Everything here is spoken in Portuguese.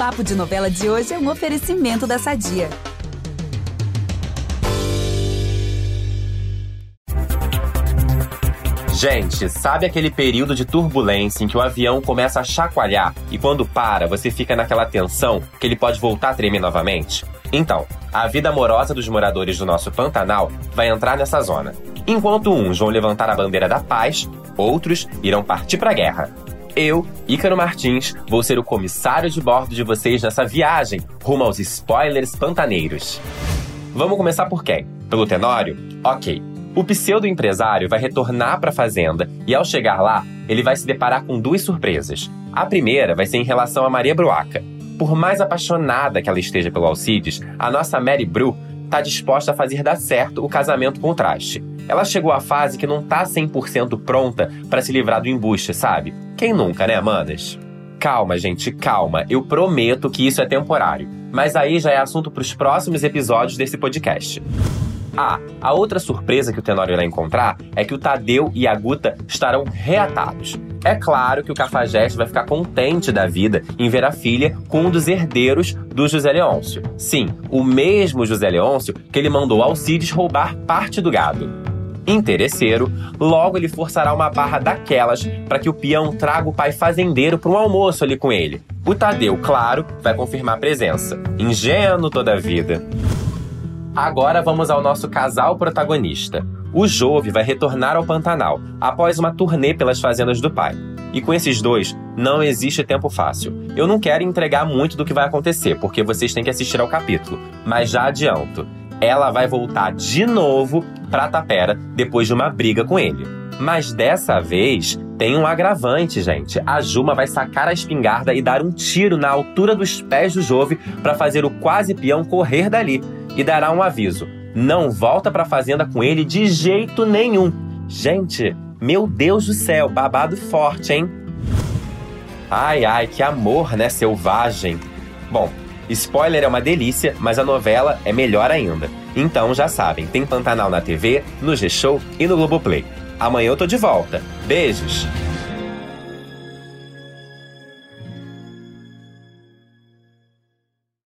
Papo de Novela de hoje é um oferecimento da Sadia. Gente, sabe aquele período de turbulência em que o avião começa a chacoalhar e quando para, você fica naquela tensão que ele pode voltar a tremer novamente? Então, a vida amorosa dos moradores do nosso Pantanal vai entrar nessa zona. Enquanto uns vão levantar a bandeira da paz, outros irão partir pra guerra. Eu, Ícaro Martins, vou ser o comissário de bordo de vocês nessa viagem rumo aos spoilers pantaneiros. Vamos começar por quem? Pelo Tenório? Ok. O pseudo-empresário vai retornar para a fazenda e, ao chegar lá, ele vai se deparar com duas surpresas. A primeira vai ser em relação a Maria Bruaca. Por mais apaixonada que ela esteja pelo Alcides, a nossa Mary Bru tá disposta a fazer dar certo o casamento com o Traste. Ela chegou à fase que não tá 100% pronta para se livrar do embuste, sabe? Quem nunca, né, manas? Calma, gente, calma. Eu prometo que isso é temporário. Mas aí já é assunto para os próximos episódios desse podcast. A outra surpresa que o Tenório irá encontrar é que o Tadeu e a Guta estarão reatados. É claro que o Cafajeste vai ficar contente da vida em ver a filha com um dos herdeiros do José Leôncio. Sim, o mesmo José Leôncio que ele mandou Alcides roubar parte do gado. Interesseiro, logo ele forçará uma barra daquelas para que o peão traga o pai fazendeiro para um almoço ali com ele. O Tadeu, claro, vai confirmar a presença. Ingênuo toda a vida. Agora vamos ao nosso casal protagonista. O Jove vai retornar ao Pantanal após uma turnê pelas fazendas do pai. E com esses dois, não existe tempo fácil. Eu não quero entregar muito do que vai acontecer, porque vocês têm que assistir ao capítulo. Mas já adianto, ela vai voltar de novo pra Tapera depois de uma briga com ele. Mas dessa vez, tem um agravante, gente. A Juma vai sacar a espingarda e dar um tiro na altura dos pés do Jove pra fazer o quase peão correr dali. E dará um aviso: não volta pra fazenda com ele de jeito nenhum. Gente, meu Deus do céu, babado forte, hein? Ai, que amor, né, selvagem? Bom, spoiler é uma delícia, mas a novela é melhor ainda. Então já sabem, tem Pantanal na TV, no G-Show e no Globoplay. Amanhã eu tô de volta. Beijos!